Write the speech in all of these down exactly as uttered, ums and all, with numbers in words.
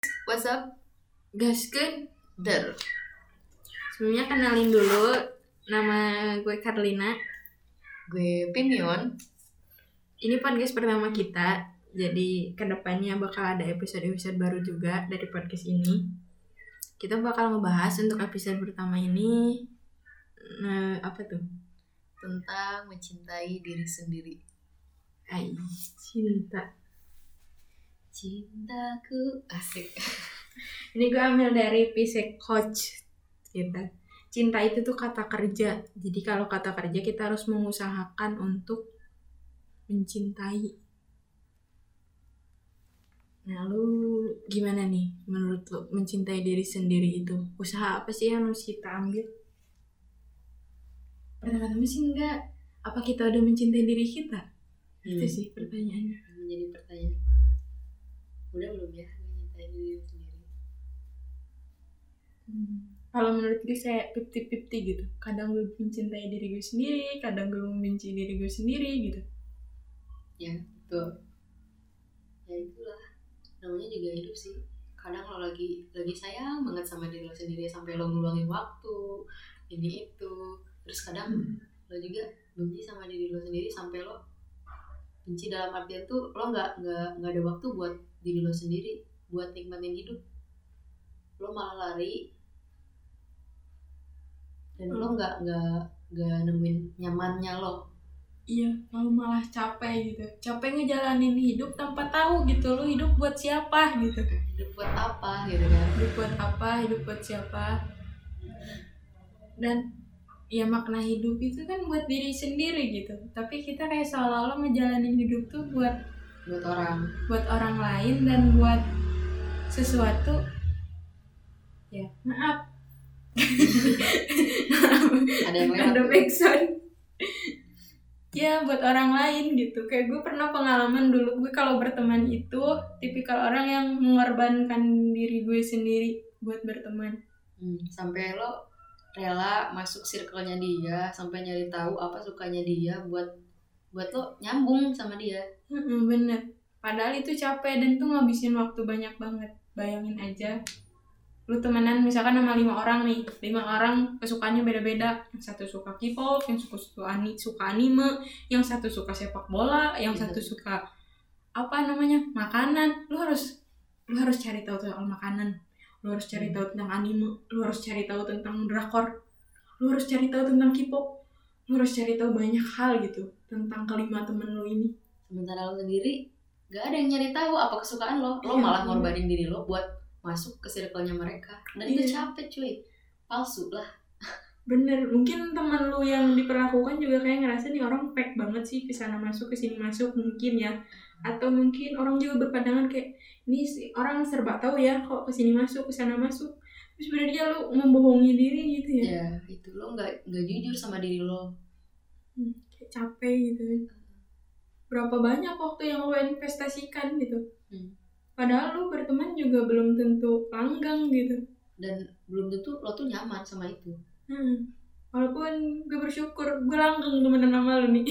What's up? Gaskeun. Der. Sebelumnya kenalin dulu, nama gue Carlina. Gue Pimion. Ini podcast pertama kita, jadi kedepannya bakal ada episode-episode baru juga dari podcast ini. Kita bakal ngebahas untuk episode pertama ini, nah apa tuh? Tentang mencintai diri sendiri. Ay, cinta. Cintaku asik. Ini gue ambil dari Pisek Coach gitu. Cinta itu tuh kata kerja. Jadi kalau kata kerja kita harus mengusahakan untuk mencintai. Nah lu gimana nih menurut lu mencintai diri sendiri itu? Usaha apa sih yang harus kita ambil? Pertama-tama sih enggak. Apa kita udah mencintai diri kita? Hmm. Itu sih pertanyaannya. Menjadi pertanyaan. Udah belum ya mencintai diri sendiri? Hmm. Kalau menurut gue saya fifty-fifty gitu. Kadang gue mencintai diri gue sendiri, kadang gue membenci diri gue sendiri gitu. Ya, betul. Ya itulah. Namanya juga hidup sih. Kadang lo lagi lagi sayang banget sama diri lo sendiri sampai lo ngeluangin waktu ini itu. Terus kadang hmm. lo juga benci sama diri lo sendiri sampai lo benci dalam artian tuh lo nggak nggak nggak ada waktu buat diri lo sendiri, buat nikmatin hidup. Lo malah lari dan hmm. lo nggak nggak nggak nemuin nyamannya lo. Iya, lo malah capek gitu, capek ngejalanin hidup tanpa tahu gitu lo hidup buat siapa gitu. Hidup buat apa gitu kan? Hidup buat apa, hidup buat siapa? Dan ya makna hidup itu kan buat diri sendiri gitu. Tapi kita kayak seolah-olah ngejalanin hidup tuh buat buat orang, buat orang lain dan buat sesuatu. Ya maaf. Ada yang lewat. Ada backsound. Ya buat orang lain gitu. Kayak gue pernah pengalaman dulu, gue kalau berteman itu tipikal orang yang mengorbankan diri gue sendiri buat berteman. Hmm, sampai lo rela masuk circle-nya dia, sampai nyari tahu apa sukanya dia buat buat lo nyambung sama dia. Hmm, bener. Padahal itu capek dan itu ngabisin waktu banyak banget. Bayangin aja, lu temenan misalkan sama lima orang nih, lima orang kesukaannya beda-beda. Yang satu suka K-pop, yang suka suka, ani, suka anime, yang satu suka sepak bola, yang gitu. Satu suka apa namanya makanan. Lu harus lu harus cari tahu soal makanan, lu harus cari tahu tentang anime, lu harus cari tahu tentang drakor, lu harus cari tahu tentang K-pop, lu harus cari tahu banyak hal gitu tentang kelima temen lu ini. Sementara lo sendiri gak ada yang nyari tahu apa kesukaan lo, lo ya, malah ngorbanin diri lo buat masuk ke circle-nya mereka. Dan iya. Itu capek cuy, palsu lah. Bener, mungkin teman lu yang diperlakukan juga kayak ngerasa nih orang fake banget sih, kesana masuk kesini masuk mungkin ya. Atau mungkin orang juga berpandangan kayak ini orang serba tahu ya kok kesini masuk kesana masuk. Terus sebenarnya lu membohongi diri gitu ya. Ya itu lo nggak nggak jujur sama diri lo. Hmm, kayak capek gitu. Berapa banyak waktu yang lo investasikan gitu. Hmm. Padahal lu berteman juga belum tentu langgang gitu. Dan belum tentu lo tuh nyaman sama itu. Hmm. Walaupun gue bersyukur gue langgeng temenan sama lu nih.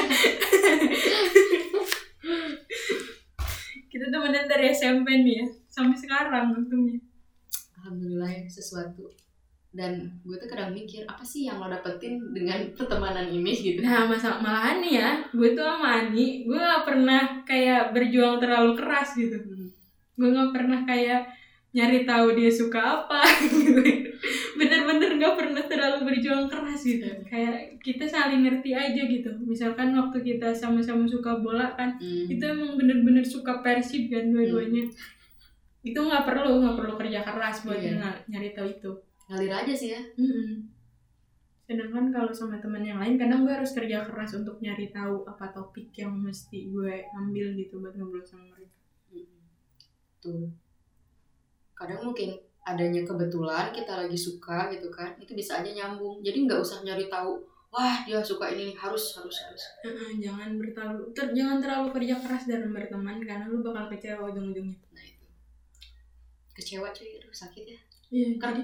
Kita temenan dari S M P nih ya sampai sekarang untungnya. Alhamdulillah ya sesuatu. Dan gue tuh kadang mikir apa sih yang lo dapetin dengan pertemanan ini gitu. Nah masalah malahan nih ya, gue tuh sama Ani, gue gak pernah kayak berjuang terlalu keras gitu. Hmm. Gue gak pernah kayak nyari tahu dia suka apa gitu. Bener-bener gak pernah terlalu berjuang keras gitu. Kayak kita saling ngerti aja gitu. Misalkan waktu kita sama-sama suka bola kan, hmm. itu emang bener-bener suka Persib kan dua-duanya. Hmm. Itu gak perlu, gak perlu kerja keras buat yeah. nyari tahu itu. Ngalir aja sih ya. Mm-mm. Sedangkan kalau sama teman yang lain kadang gue harus kerja keras untuk nyari tahu apa topik yang mesti gue ambil gitu buat ngobrol sama mereka. Tuh. Kadang mungkin adanya kebetulan kita lagi suka gitu kan, itu bisa aja nyambung. Jadi nggak usah nyari tahu, wah dia suka ini harus harus harus. Uh-uh, jangan berterlalu, ter, jangan terlalu kerja keras dalam berteman karena lu bakal kecewa ujung-ujungnya. Nah itu. Kecewa cuy, aduh sakit ya. Iya, jadi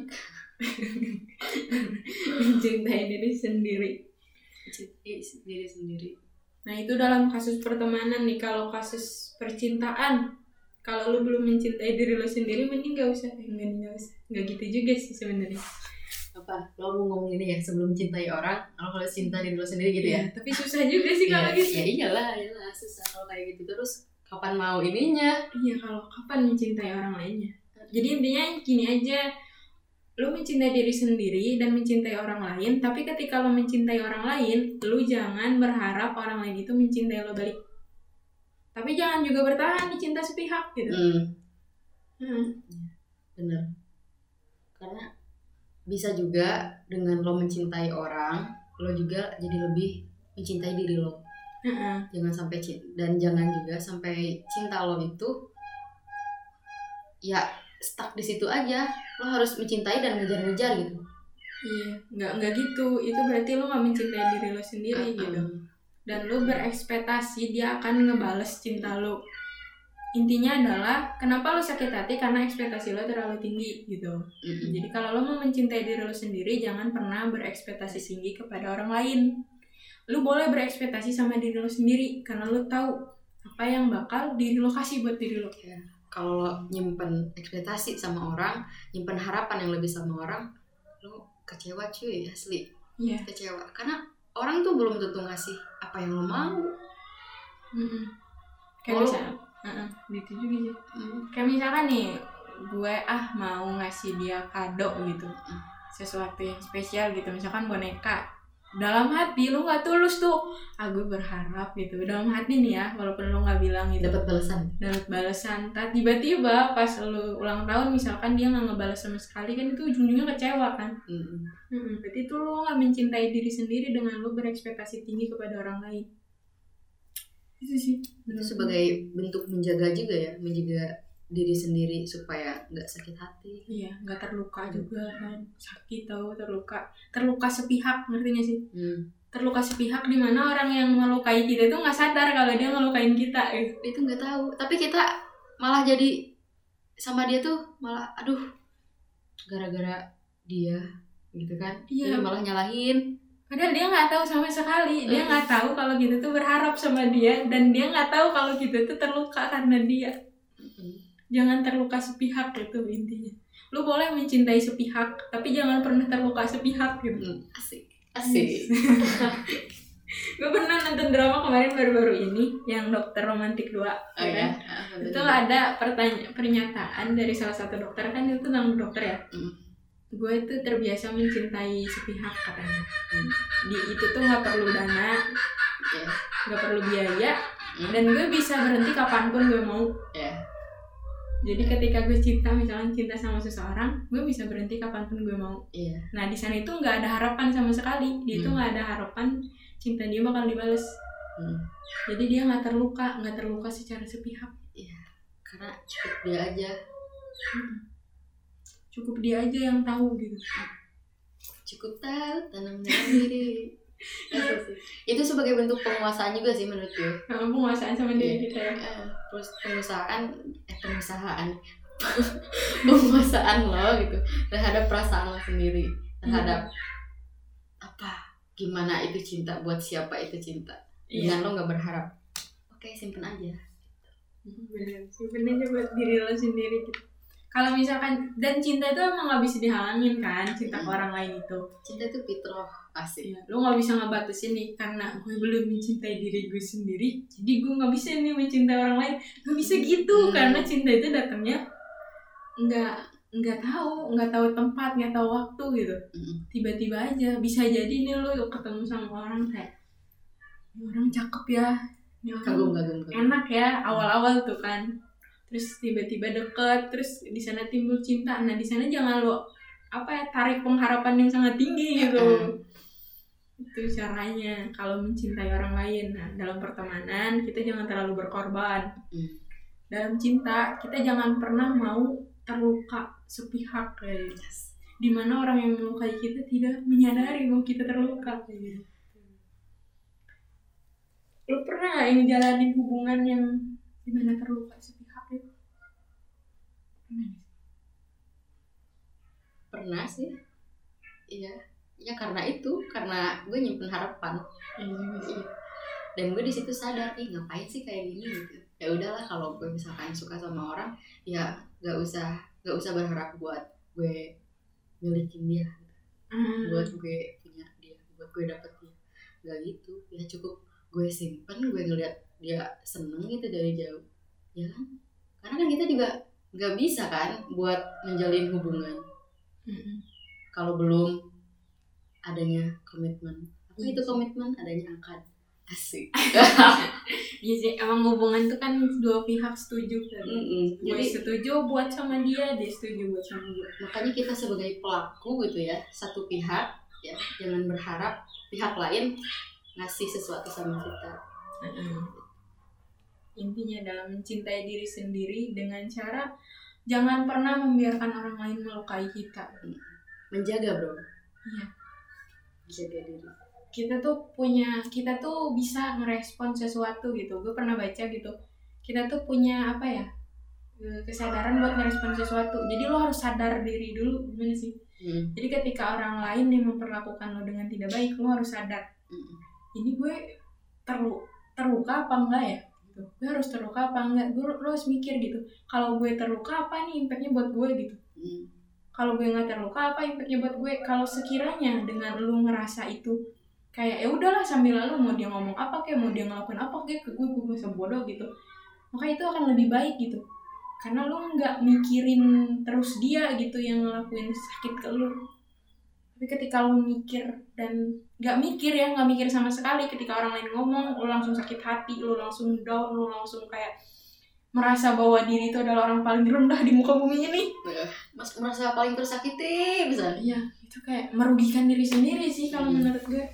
mencintai diri sendiri. Mencintai diri sendiri. Nah itu dalam kasus pertemanan nih. Kalau kasus percintaan kalau lu belum mencintai diri lu sendiri mending gak usah eh, enggak enggak usah nggak gitu juga sih sebenarnya. Apa lo mau ngomong ini ya, sebelum cintai orang lo harus cinta diri lo sendiri gitu ya? Ya tapi susah juga sih kalau ya, gitu. Ya iyalah, iyalah susah kalau kayak gitu terus. Kapan mau ininya? Iya, kalau kapan mencintai orang lainnya. Jadi intinya gini aja, lu mencintai diri sendiri dan mencintai orang lain, tapi ketika lu mencintai orang lain, lu jangan berharap orang lain itu mencintai lo balik. Tapi jangan juga bertahan di cinta sepihak gitu. Hmm. Hmm. Bener. Karena bisa juga dengan lo mencintai orang, lo juga jadi lebih mencintai diri lo. Uh-uh. Jangan sampai cinta, dan jangan juga sampai cinta lo itu ya stuck di situ aja. Lo harus mencintai dan ngejar-ngejar gitu. Iya, nggak nggak gitu. Itu berarti lo nggak mencintai diri lo sendiri uh-uh. gitu. Dan lo berekspektasi dia akan ngebales cinta lo. Intinya adalah kenapa lo sakit hati karena ekspektasi lo terlalu tinggi gitu. Uh-uh. Jadi kalau lo mau mencintai diri lo sendiri, jangan pernah berekspektasi tinggi kepada orang lain. Lu boleh berekspektasi sama diri lu sendiri karena lu tahu apa yang bakal diri lu kasih buat diri lu. Ya, kalau lo nyimpen ekspektasi sama orang, nyimpen harapan yang lebih sama orang, lu kecewa cuy, asli. Iya. Kecewa karena orang tuh belum tentu ngasih apa yang lo mau. Mm-mm. Kayak misalnya, uh-uh, gitu juga sih. Mm. Kayak misalkan nih, gue ah mau ngasih dia kado gitu, mm. sesuatu yang spesial gitu, misalkan boneka. Dalam hati lu nggak tulus tuh, ah gue berharap gitu dalam hati nih ya, walaupun lu nggak bilang gitu dapat balasan dapat balasan tak tiba-tiba pas lu ulang tahun misalkan dia nggak ngebalas sama sekali, kan itu ujung-ujungnya kecewa kan. Mm-hmm. Mm-hmm. Berarti itu lu nggak mencintai diri sendiri dengan lu berekspektasi tinggi kepada orang lain. Itu sih itu sebagai bentuk menjaga juga ya, menjaga diri sendiri supaya nggak sakit hati. Iya, nggak terluka juga kan. Sakit tau, terluka terluka sepihak, ngerti nggak sih? Hmm. Terluka sepihak di mana orang yang melukai kita itu nggak sadar kalau dia ngelukain kita gitu. Itu nggak tahu, tapi kita malah jadi sama dia tuh malah aduh gara-gara dia gitu kan. Iya. Dia malah nyalahin. Padahal dia nggak tahu sama sekali, dia nggak tahu kalau kita tuh berharap sama dia, dan dia nggak tahu kalau kita tuh terluka karena dia. Jangan terluka sepihak, itu intinya. Lu boleh mencintai sepihak, tapi jangan pernah terluka sepihak gitu. Hmm, asik, asik. Gue pernah nonton drama kemarin baru-baru ini, yang Dokter Romantik dua. Oh ya. Kan? Itu ada pertanya- pernyataan dari salah satu dokter, kan itu tentang dokter ya. Hmm. Gue itu terbiasa mencintai sepihak katanya. Hmm. Di itu tuh nggak perlu dana, nggak yeah. perlu biaya, hmm. dan gue bisa berhenti kapanpun gue mau. Yeah. Jadi ketika gue cinta, misalnya cinta sama seseorang, gue bisa berhenti kapanpun gue mau. Iya. Nah di sana itu nggak ada harapan sama sekali. Dia itu hmm. nggak ada harapan cinta dia bakal dibales. Hmm. Jadi dia nggak terluka, nggak terluka secara sepihak. Iya. Karena cukup dia aja. Hmm. Cukup dia aja yang tahu gitu. Cukup tahu tanam dalam diri. Itu sebagai bentuk penguasaan juga sih menurut gue. Nah, penguasaan sama diri kita ya. Terus penguasaan eh pengusahaan penguasaan lo gitu terhadap perasaan lo sendiri, terhadap hmm. apa gimana itu cinta, buat siapa itu cinta. Dengan iya. lo nggak berharap. Oke, simpen aja. Bener, simpen aja buat diri lo sendiri gitu. Kalau misalkan, dan cinta itu emang gak bisa dihalangin kan, cinta hmm. ke orang lain itu. Cinta itu fitrah, asik. Ya, lo gak bisa ngebatasin nih, karena gue belum mencintai diri gue sendiri, jadi gue gak bisa nih mencintai orang lain. Gak bisa gitu, hmm. karena cinta itu datangnya gak, gak tahu, gak tahu tempat, gak tahu waktu gitu. Hmm. Tiba-tiba aja, bisa jadi nih lo ketemu sama orang kayak, orang cakep ya, ini orang kagum, kagum, kagum. enak ya, awal-awal tuh kan. Terus tiba-tiba deket, terus di sana timbul cinta. Nah di sana jangan lo apa ya tarik pengharapan yang sangat tinggi gitu. Uh. Itu caranya kalau mencintai orang lain. Nah dalam pertemanan kita jangan terlalu berkorban. Uh. Dalam cinta kita jangan pernah mau terluka sepihak kayak yes. Dimana orang yang melukai kita tidak menyadari bahwa kita terluka kayak gitu. Lo pernah nggak ngejalanin hubungan yang dimana terluka sepihak? Pernah sih, iya, ya karena itu, karena gue nyimpen harapan. Iya juga sih. dan gue di situ sadar, ih ngapain sih kayak gini gitu. Ya udahlah, kalau gue misalkan suka sama orang ya nggak usah nggak usah berharap buat gue milikin dia, Hmm. buat gue punya dia, buat gue dapet dia, nggak gitu. Ya cukup gue simpen, gue ngeliat dia seneng gitu dari jauh, ya kan? Karena kan kita juga nggak bisa kan buat menjalin hubungan Mm-mm. kalau belum adanya komitmen. Apa itu komitmen? Adanya akad. Asik. Iya sih, emang hubungan tuh kan dua pihak setuju kan. Mm-mm. Gue Jadi setuju buat sama dia, dia setuju buat sama gue. makanya kita sebagai pelaku gitu ya, satu pihak ya, jangan berharap pihak lain ngasih sesuatu sama kita. Mm-mm. Intinya adalah mencintai diri sendiri dengan cara jangan pernah membiarkan orang lain melukai kita. Menjaga bro. Iya. Menjaga diri. Kita tuh punya, kita tuh bisa ngerespon sesuatu gitu. Gue pernah baca gitu. Kita tuh punya apa ya? Kesadaran buat ngerespon sesuatu. Jadi lo harus sadar diri dulu, gimana sih? Hmm. Jadi ketika orang lain yang memperlakukan lo dengan tidak baik, lo harus sadar. Hmm. Ini gue terlu terluka apa enggak ya? Gitu. Gue harus terluka apa enggak? Gue lo harus mikir gitu. Kalau gue terluka apa nih impactnya buat gue gitu? Hmm. Kalau gue nggak terluka apa impactnya buat gue? Kalau sekiranya dengan lo ngerasa itu kayak ya udahlah sambil lalu mau dia ngomong apa kayak mau dia ngelakuin apa kayak ke gue gue bisa bodoh gitu, maka itu akan lebih baik gitu, karena lo nggak mikirin terus dia gitu yang ngelakuin sakit ke lo. Tapi ketika lo mikir dan nggak mikir ya nggak mikir sama sekali, ketika orang lain ngomong lo langsung sakit hati, lo langsung down, lo langsung kayak merasa bahwa diri itu adalah orang paling rendah di muka bumi ini. Mas merasa paling tersakiti bisa. Iya, itu kayak merugikan diri sendiri sih kalau Hmm. menurut gue.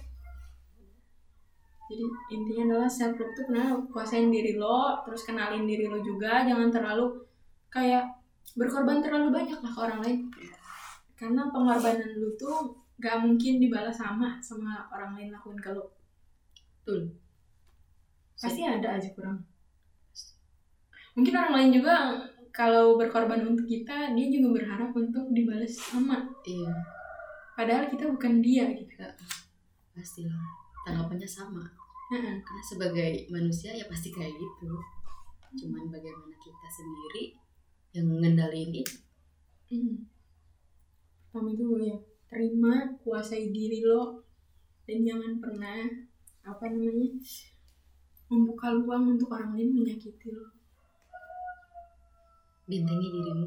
Jadi intinya adalah self love tuh kenal kuasain diri lo, terus kenalin diri lo juga, jangan terlalu kayak berkorban terlalu banyak lah ke orang lain. Karena pengorbanan lo tuh gak mungkin dibalas sama sama orang lain lakuin ke lo. Betul. Pasti ada aja kurang. Mungkin orang lain juga kalau berkorban untuk kita, dia juga berharap untuk dibalas sama. Iya. Padahal kita bukan dia gitu. Pastilah. Tanggapannya sama. Uh-uh. Karena sebagai manusia ya pasti kayak gitu. Cuman bagaimana kita sendiri yang ngendaliin itu. Hmm. Pertama itu ya, terima, kuasai diri lo, dan jangan pernah apa namanya membuka ruang untuk orang lain menyakiti lo. Bentengi dirimu.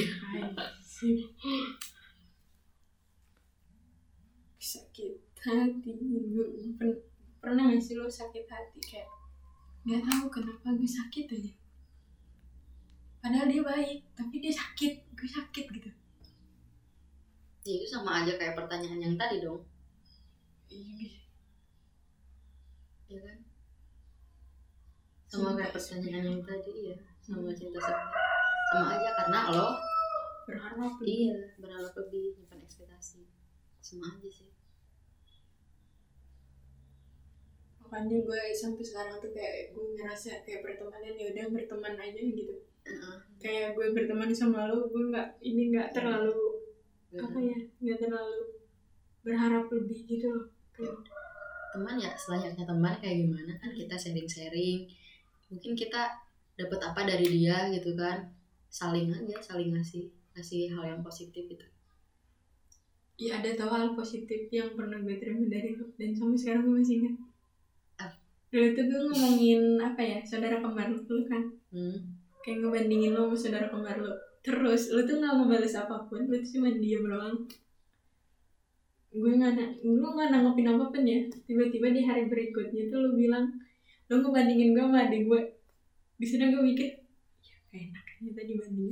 Sakit hati, gue pen- pernah nggak sih lo sakit hati kayak nggak tahu kenapa gue sakit aja, padahal dia baik tapi dia sakit, gue sakit gitu. Ya itu sama aja kayak pertanyaan yang tadi dong. Iya. Ya kan? Sama kayak pertanyaan yang tadi ya, sama cinta sepihak. Sama aja karena lo berharap. Iya, berharap lebih, bukan ekspektasi. Sama aja sih. Makanya gue sampai sekarang tuh kayak gue ngerasa kayak pertemanan ya udah berteman aja gitu. Uh-uh. Kayak gue berteman sama lo, gue nggak ini nggak terlalu uh-huh. apa ya, nggak terlalu berharap lebih gitu loh. Ya. Teman ya selayaknya teman kayak gimana kan, kita sharing-sharing. Mungkin kita dapat apa dari dia gitu kan, saling aja, saling ngasih ngasih hal yang positif gitu. Iya, ada tau hal positif yang pernah gue terima dari lo dan sampai sekarang gue masih ingat. Dulu tuh gue ngomongin apa ya, saudara kembar lu kan, hmm. kayak ngebandingin lo sama saudara kembar lo. Terus lo tuh nggak mau balas apapun, lo tuh cuma diem doang. Gue nggak, gue nggak nanggepin apapun ya. Tiba-tiba di hari berikutnya tuh lo bilang lo ngebandingin gue sama adik gue. Di sana gue mikir, ya kayak enak ternyata dibandingin.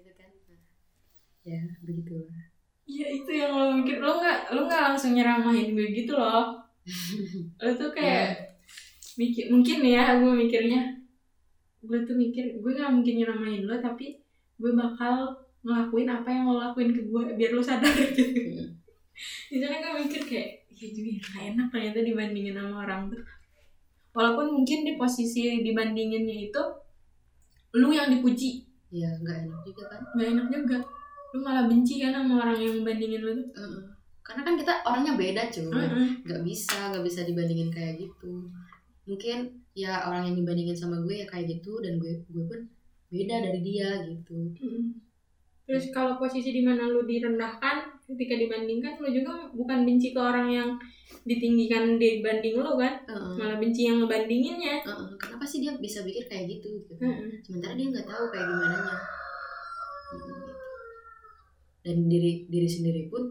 Ya begitulah. Iya itu yang lo mikir, lo nggak lo nggak langsung nyeramahin gue gitu loh. Lo tuh kayak mikir, mungkin ya gue mikirnya, gue tuh mikir gue nggak mungkin nyeramahin lo, tapi gue bakal ngelakuin apa yang lo lakuin ke gue biar lo sadar gitu. Hmm. Di sana gue mikir kayak ya juga nggak enak ternyata dibandingin sama orang tuh. Walaupun mungkin di posisi dibandinginnya itu lu yang dipuji. Iya nggak enak juga kan? Nggak enak juga. Lu malah benci kan sama orang yang membandingin lu tuh. Uh-uh. Karena kan kita orangnya beda cuy, nggak uh-uh. bisa nggak bisa dibandingin kayak gitu. mungkin ya orang yang dibandingin sama gue ya kayak gitu, dan gue gue pun beda dari dia gitu. Hmm. Terus kalau posisi di mana lu direndahkan ketika dibandingkan, lu juga bukan benci ke orang yang ditinggikan dibanding lu kan, uh-uh. malah benci yang ngebandinginnya. Uh-uh. Kenapa sih dia bisa pikir kayak gitu? Gitu. Uh-uh. Sementara dia nggak tahu kayak gimana nya. Dan diri diri sendiri pun,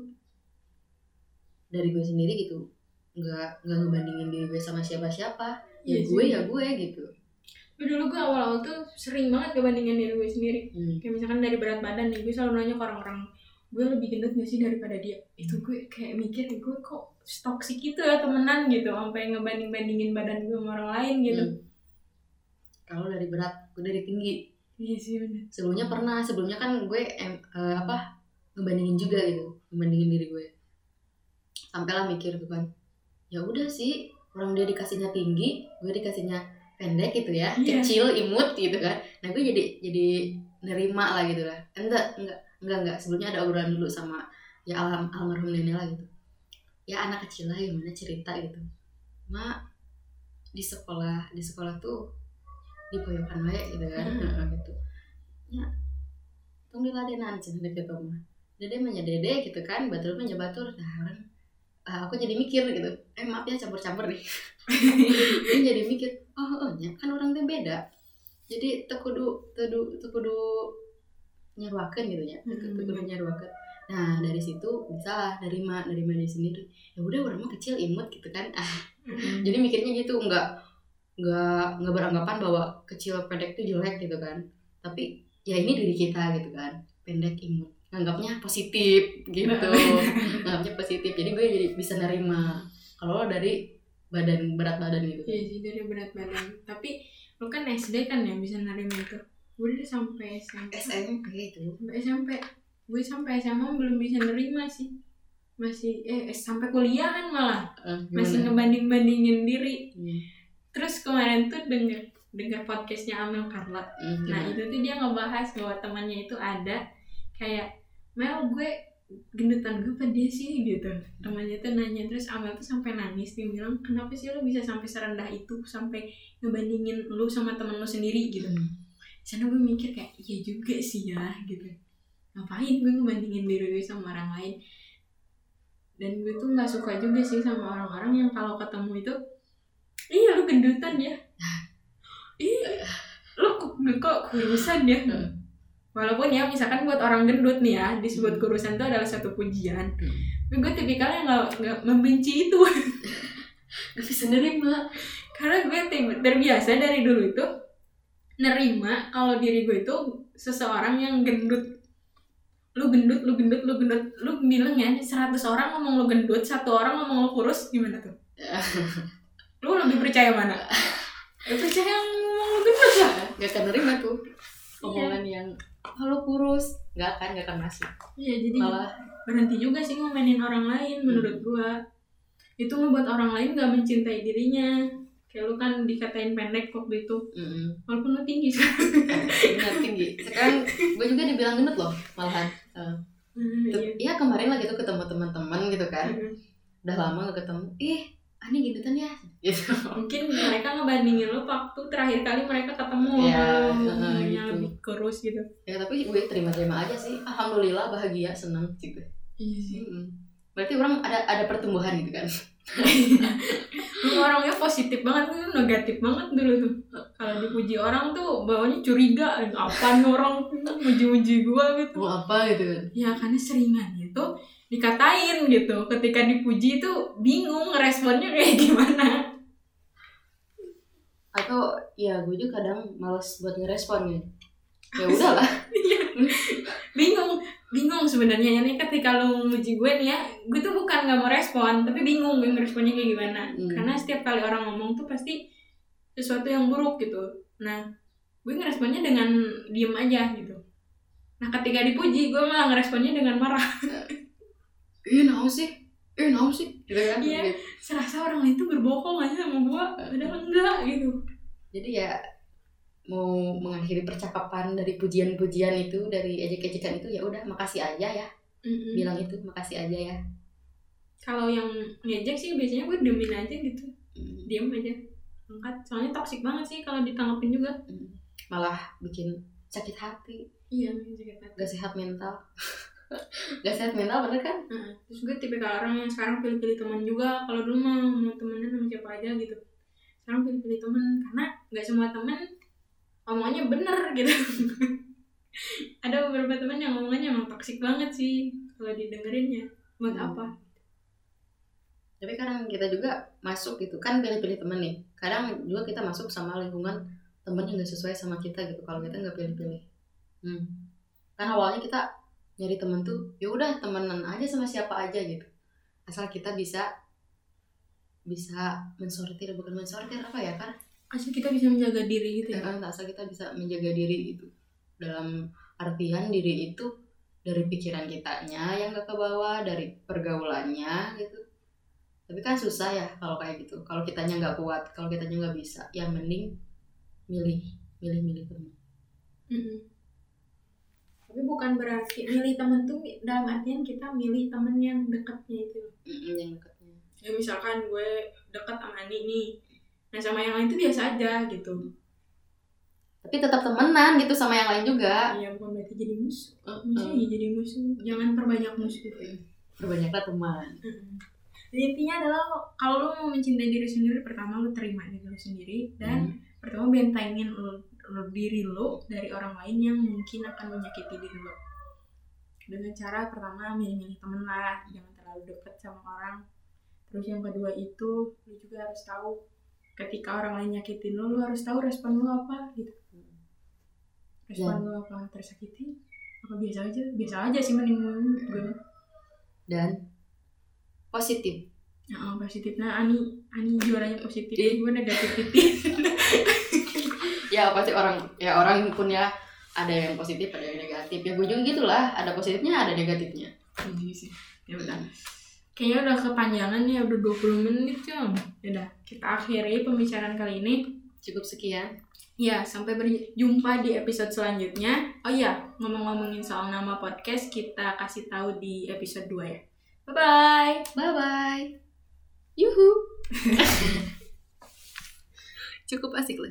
dari gue sendiri gitu, nggak nggak ngebandingin diri gue sama siapa-siapa. Ya yes, gue ya gue gitu. Dulu gue awal-awal tuh sering banget ngebandingin diri gue sendiri. Hmm. Kayak misalkan dari berat badan nih, gue selalu nanya ke orang-orang, gue lebih gendut gak sih daripada dia? Itu gue kayak mikir, gue kok toksik gitu ya temenan gitu, sampai ngebanding-bandingin badan gue sama orang lain gitu. Hmm. Kalau dari berat, gue dari tinggi. Iya sih bener. Sebelumnya pernah, sebelumnya kan gue em, uh, apa ngebandingin juga gitu, ngebandingin diri gue. Sampailah mikir tuh kan, ya udah sih, orang dia dikasihnya tinggi, gue dikasihnya pendek gitu ya, yeah. kecil, imut gitu kan. Nah gue jadi jadi nerima lah gitu lah. Enggak, enggak, enggak, enggak. Sebelumnya ada obrolan dulu sama ya alam, almarhum nenek lah gitu. Ya anak kecil lah gimana cerita gitu. Mak di sekolah, di sekolah tuh dipoyokan wae gitu kan. Mm-hmm. gitu. Ya, tong diladenan cenah deket mah. Dede mah nya dede gitu kan, batur mah nya batur. Nah, orang Uh, aku jadi mikir gitu, eh maaf ya campur-campur nih. Ini jadi mikir, oh, oh nya kan orang teh beda. Jadi teu kudu teu kudu nyaruakeun gitu nya, teu kudu nyaruakeun. Nah, dari situ bisa nerima nerima diri sendiri. Ya udah orang mah kecil imut gitu kan. Ah. Mm-hmm. Jadi mikirnya gitu, enggak enggak enggak beranggapan bahwa kecil pendek itu jelek gitu kan. Tapi ya ini diri kita gitu kan. Pendek imut. Nganggapnya positif gitu, nganggapnya positif, jadi gue jadi bisa nerima kalau dari badan berat badan gitu. Iya sih dari berat badan, tapi lu kan S D kan ya bisa nerima itu. Gue udah sampai S M P. S M P itu. Sampai S M P, gue sampai S M A belum bisa nerima sih, masih eh sampai kuliahan malah uh, masih ngebanding bandingin diri. Hmm. Terus kemarin tuh denger denger podcastnya Amel Carla, hmm, nah itu tuh dia ngebahas bahwa temannya itu ada kayak Mel gue gendutan gue apa dia sih gitu. Temannya tuh nanya, terus Amel tuh sampai nangis, dia bilang kenapa sih lo bisa sampai serendah itu sampai ngebandingin lu sama temen lu sendiri gitu. Hmm. Sana gue mikir kayak iya juga sih ya gitu. Ngapain gue ngebandingin diri gue sama orang lain. Dan gue tuh nggak suka juga sih sama orang-orang yang kalau ketemu itu, iya lu gendutan ya, iya lu kok kok kurusan ya. Hmm. Walaupun ya misalkan buat orang gendut nih ya disebut kurusan itu adalah satu pujian, hmm. tapi gue tipikalnya nggak nggak membenci itu. Gak bisa nerima karena gue terbiasa dari dulu itu nerima kalau diri gue itu seseorang yang gendut. Lu gendut, lu gendut, lu gendut, lu bilang ya seratus orang ngomong lu gendut, satu orang ngomong lu kurus, gimana tuh? Lu lebih percaya mana? Lu percaya yang ngomong lu gendut lah? Gak akan nerima tuh omongan iya. yang kalau kurus, nggak akan nggak akan masuk. Iya jadi malah berhenti juga sih ngomenin orang lain menurut hmm. gua. Itu ngebuat orang lain nggak mencintai dirinya. Kayak lu kan dikatain pendek waktu itu, hmm. walaupun lu tinggi sih. Benar tinggi. Sekarang gua juga dibilang gendut loh malahan. Uh, hmm, iya. iya kemarin lagi tuh ketemu teman-teman gitu kan. Hmm. Udah lama nggak ketemu. Ih, Ani gendutan ya. Gitu. Mungkin mereka ngebandingin lu waktu terakhir kali mereka ketemu ya, lu, uh, yang gitu. lebih kurus gitu. Ya tapi gue terima-terima aja sih. Alhamdulillah bahagia, senang gitu. Iya sih. Hmm. Berarti orang ada ada pertumbuhan gitu kan. Orangnya positif banget, tuh negatif banget dulu tuh. Kalau dipuji orang tuh bawahnya curiga, apaan orang muji-muji gua gitu. Mau apa gitu kan? Ya karena seringan gitu dikatain gitu. Ketika dipuji tuh bingung ngeresponnya kayak gimana. Atau ya gue juga kadang malas buat ngerespon gitu. Ya udahlah. bingung bingung sebenarnya ini ketika lu memuji gue nih ya, gue tuh bukan nggak mau respon tapi bingung gue ngeresponnya kayak gimana. Hmm. Karena setiap kali orang ngomong tuh pasti sesuatu yang buruk gitu. Nah gue ngeresponnya dengan diem aja gitu. Nah ketika dipuji gue malah ngeresponnya dengan marah. Ih naon sih eh naon sih gitu kan. Iya serasa orang lain tuh berbohong aja sama gue, padahal enggak gitu. Jadi ya mau mengakhiri percakapan dari pujian-pujian itu, dari ejek-ejekan itu, ya udah makasih aja ya. Mm-hmm. Bilang itu makasih aja ya. Kalau yang ngejek sih biasanya gue diemin aja gitu. Mm. Diem aja. angkat, soalnya toksik banget sih kalau ditanggapin juga. Malah bikin sakit hati. Iya, bikin sakit hati. Gak sehat mental. Gak sehat mental bener kan? Nah, terus gue tipe orang yang sekarang pilih-pilih teman juga. Kalau dulu mau mau temenan sama siapa aja gitu, sekarang pilih-pilih teman karena nggak semua teman omongannya bener gitu. Ada beberapa teman yang omongannya emang toksik banget sih kalau didengerinnya. Buat hmm. apa? Tapi kadang kita juga masuk gitu kan, pilih-pilih teman nih. Kadang juga kita masuk sama lingkungan teman yang gak sesuai sama kita gitu. Kalau kita nggak pilih-pilih, hmm. kan awalnya kita nyari teman tuh, ya udah temenan aja sama siapa aja gitu. Asal kita bisa bisa mensortir, bukan mensortir apa ya kan? Asal kita bisa menjaga diri gitu ya. Eh, asal kita bisa menjaga diri gitu. Dalam artian diri itu dari pikiran kitanya yang gak ke bawah, dari pergaulannya gitu. Tapi kan susah ya kalau kayak gitu. Kalau kitanya nggak kuat, kalau kitanya nggak bisa, ya mending milih, milih-milih teman. Mm-hmm. Tapi bukan berarti milih teman tuh dalam artian kita milih teman yang dekatnya itu. Mm-hmm, yang dekatnya. Ya misalkan gue dekat sama Ani nih, nah sama yang lain tuh biasa aja gitu. Tapi tetap temenan gitu sama yang lain juga. Iya, bukan berarti jadi musuh. Musuh uh-uh. jadi musuh. Jangan perbanyak musuh gitu. Perbanyaklah teman. Uh-uh. Jadi intinya adalah kalau lo mau mencintai diri sendiri, pertama lo terima diri lo sendiri dan hmm. pertama bentengin lo, lo diri lo dari orang lain yang mungkin akan menyakiti diri lo. Dengan cara pertama milih-milih temen lah, jangan terlalu dekat sama orang. Terus yang kedua itu lo juga harus tahu ketika orang lain nyakitin lo, lo harus tahu respon lo apa gitu. Respon dan, lo apa, tersakiti? Apa biasa aja? Biasa aja sih mending gue. Dan positif. Nah, positif. Nah, Ani, Ani juaranya positif. Gue negativity. Ya pasti orang, ya orang pun ya ada yang positif, ada yang negatif. Ya gue juga gitulah, ada positifnya, ada negatifnya. Iya sih. Ya udah. Kayaknya udah kepanjangan ya, udah dua puluh menit Cong. Ya udah, kita akhiri pembicaraan kali ini. Cukup sekian. Ya, sampai berjumpa di episode selanjutnya. Oh iya, ngomong-ngomongin soal nama podcast, kita kasih tahu di episode dua ya. Bye-bye. Bye-bye. Yuhu. Cukup asik loh.